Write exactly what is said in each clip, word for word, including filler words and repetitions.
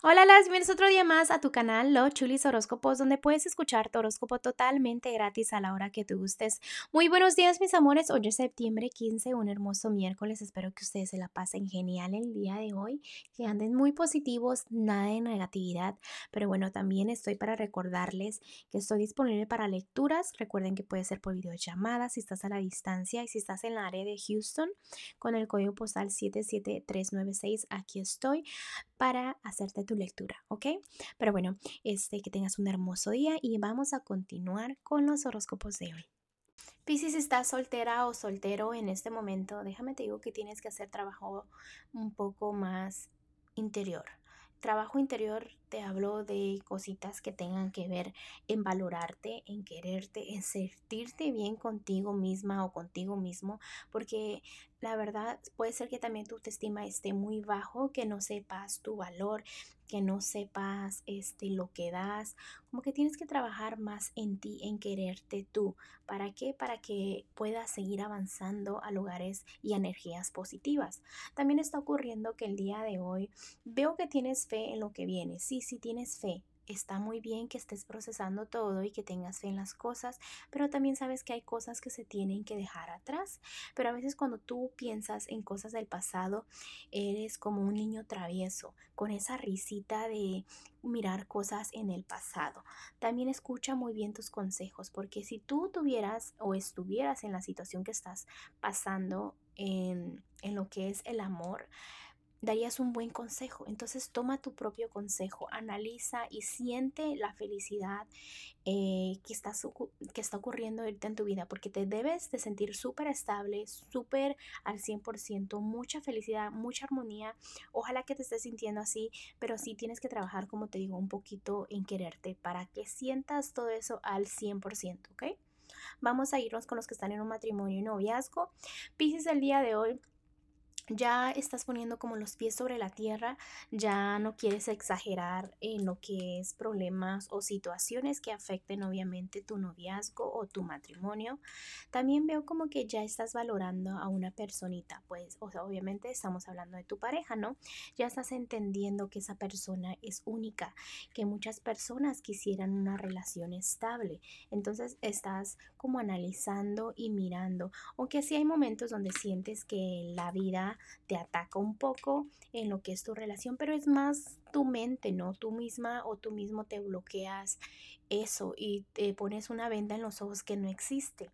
Hola, las bienvenidos otro día más a tu canal Los Chulis Horóscopos, donde puedes escuchar tu horóscopo totalmente gratis a la hora que tú gustes. Muy buenos días, mis amores. Hoy es septiembre quince, un hermoso miércoles. Espero que ustedes se la pasen genial el día de hoy, que anden muy positivos, nada de negatividad. Pero bueno, también estoy para recordarles que estoy disponible para lecturas. Recuerden que puede ser por videollamada si estás a la distancia y si estás en la área de Houston con el código postal siete siete tres nueve seis. Aquí estoy para hacerte tu lectura, ¿ok? Pero bueno, este, que tengas un hermoso día y vamos a continuar con los horóscopos de hoy. Piscis, si estás soltera o soltero en este momento, déjame te digo que tienes que hacer trabajo un poco más interior. Trabajo interior, te hablo de cositas que tengan que ver en valorarte, en quererte, en sentirte bien contigo misma o contigo mismo, porque la verdad puede ser que también tu autoestima esté muy bajo, que no sepas tu valor, que no sepas este, lo que das, como que tienes que trabajar más en ti, en quererte tú. ¿Para qué? Para que puedas seguir avanzando a lugares y energías positivas. También está ocurriendo que el día de hoy veo que tienes fe en lo que viene. Sí, sí tienes fe. Está muy bien que estés procesando todo y que tengas fe en las cosas, pero también sabes que hay cosas que se tienen que dejar atrás. Pero a veces cuando tú piensas en cosas del pasado, eres como un niño travieso, con esa risita de mirar cosas en el pasado. También escucha muy bien tus consejos, porque si tú tuvieras o estuvieras en la situación que estás pasando en, en lo que es el amor, darías un buen consejo. Entonces toma tu propio consejo, analiza y siente la felicidad eh, que, está, que está ocurriendo ahorita en tu vida, porque te debes de sentir súper estable, súper al cien por ciento, mucha felicidad, mucha armonía. Ojalá que te estés sintiendo así, pero sí tienes que trabajar, como te digo, un poquito en quererte para que sientas todo eso al cien por ciento, ¿ok? Vamos a irnos con los que están en un matrimonio y noviazgo. Piscis, el día de hoy ya estás poniendo como los pies sobre la tierra, ya no quieres exagerar en lo que es problemas o situaciones que afecten obviamente tu noviazgo o tu matrimonio. También veo como que ya estás valorando a una personita, pues, o sea, obviamente estamos hablando de tu pareja, ¿no? Ya estás entendiendo que esa persona es única, que muchas personas quisieran una relación estable. Entonces estás como analizando y mirando, aunque sí hay momentos donde sientes que la vida te ataca un poco en lo que es tu relación, pero es más tu mente, ¿no? Tú misma o tú mismo te bloqueas eso y te pones una venda en los ojos que no existe.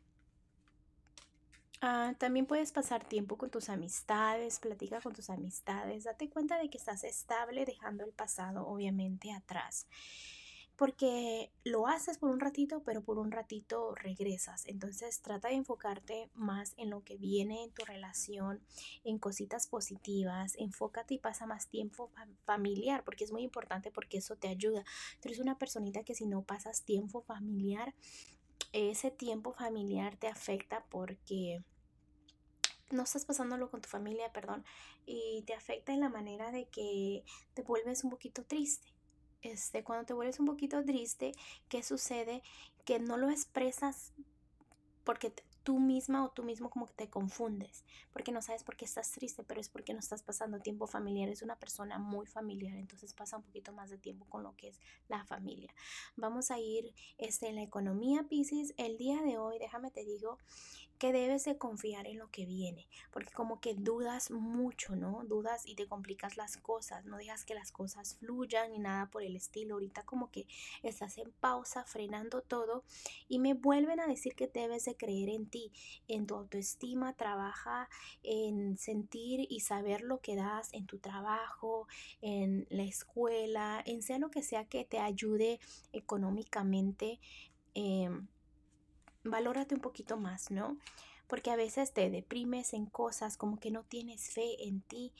Ah, también puedes pasar tiempo con tus amistades, platica con tus amistades, date cuenta de que estás estable dejando el pasado obviamente atrás. Porque lo haces por un ratito, pero por un ratito regresas. Entonces trata de enfocarte más en lo que viene en tu relación, en cositas positivas. Enfócate y pasa más tiempo fa- familiar, porque es muy importante porque eso te ayuda. Tú eres una personita que si no pasas tiempo familiar, ese tiempo familiar te afecta porque no estás pasándolo con tu familia, perdón, y te afecta en la manera de que te vuelves un poquito triste. Este, cuando te vuelves un poquito triste, ¿qué sucede? Que no lo expresas porque t- tú misma o tú mismo como que te confundes, porque no sabes por qué estás triste, pero es porque no estás pasando tiempo familiar. Es una persona muy familiar, entonces pasa un poquito más de tiempo con lo que es la familia. Vamos a ir este, en la economía, Piscis. El día de hoy, déjame te digo que debes de confiar en lo que viene, porque como que dudas mucho, ¿no? Dudas y te complicas las cosas, no dejas que las cosas fluyan ni nada por el estilo. Ahorita como que estás en pausa, frenando todo y me vuelven a decir que debes de creer en ti, en tu autoestima, trabaja en sentir y saber lo que das en tu trabajo, en la escuela, en sea lo que sea que te ayude económicamente. em, Valórate un poquito más, ¿no? Porque a veces te deprimes en cosas como que no tienes fe en ti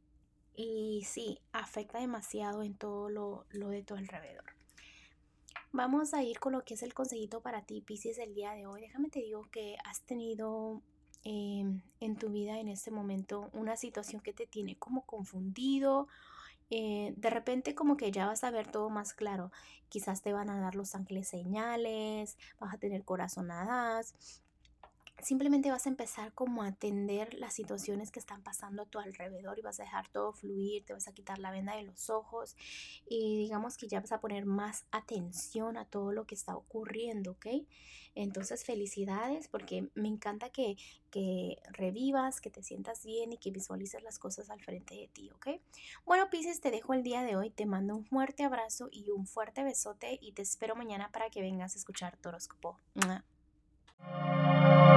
y sí, afecta demasiado en todo lo, lo de tu alrededor. Vamos a ir con lo que es el consejito para ti, Piscis, el día de hoy. Déjame te digo que has tenido eh, en tu vida en este momento una situación que te tiene como confundido. Eh, de repente como que ya vas a ver todo más claro. Quizás te van a dar los ángeles señales, vas a tener corazonadas simplemente vas a empezar como a atender las situaciones que están pasando a tu alrededor y vas a dejar todo fluir, te vas a quitar la venda de los ojos y digamos que ya vas a poner más atención a todo lo que está ocurriendo, ¿ok? Entonces felicidades porque me encanta que, que revivas, que te sientas bien y que visualices las cosas al frente de ti, ¿ok? Bueno, Piscis, te dejo el día de hoy, te mando un fuerte abrazo y un fuerte besote y te espero mañana para que vengas a escuchar tu horóscopo. ¡Mua!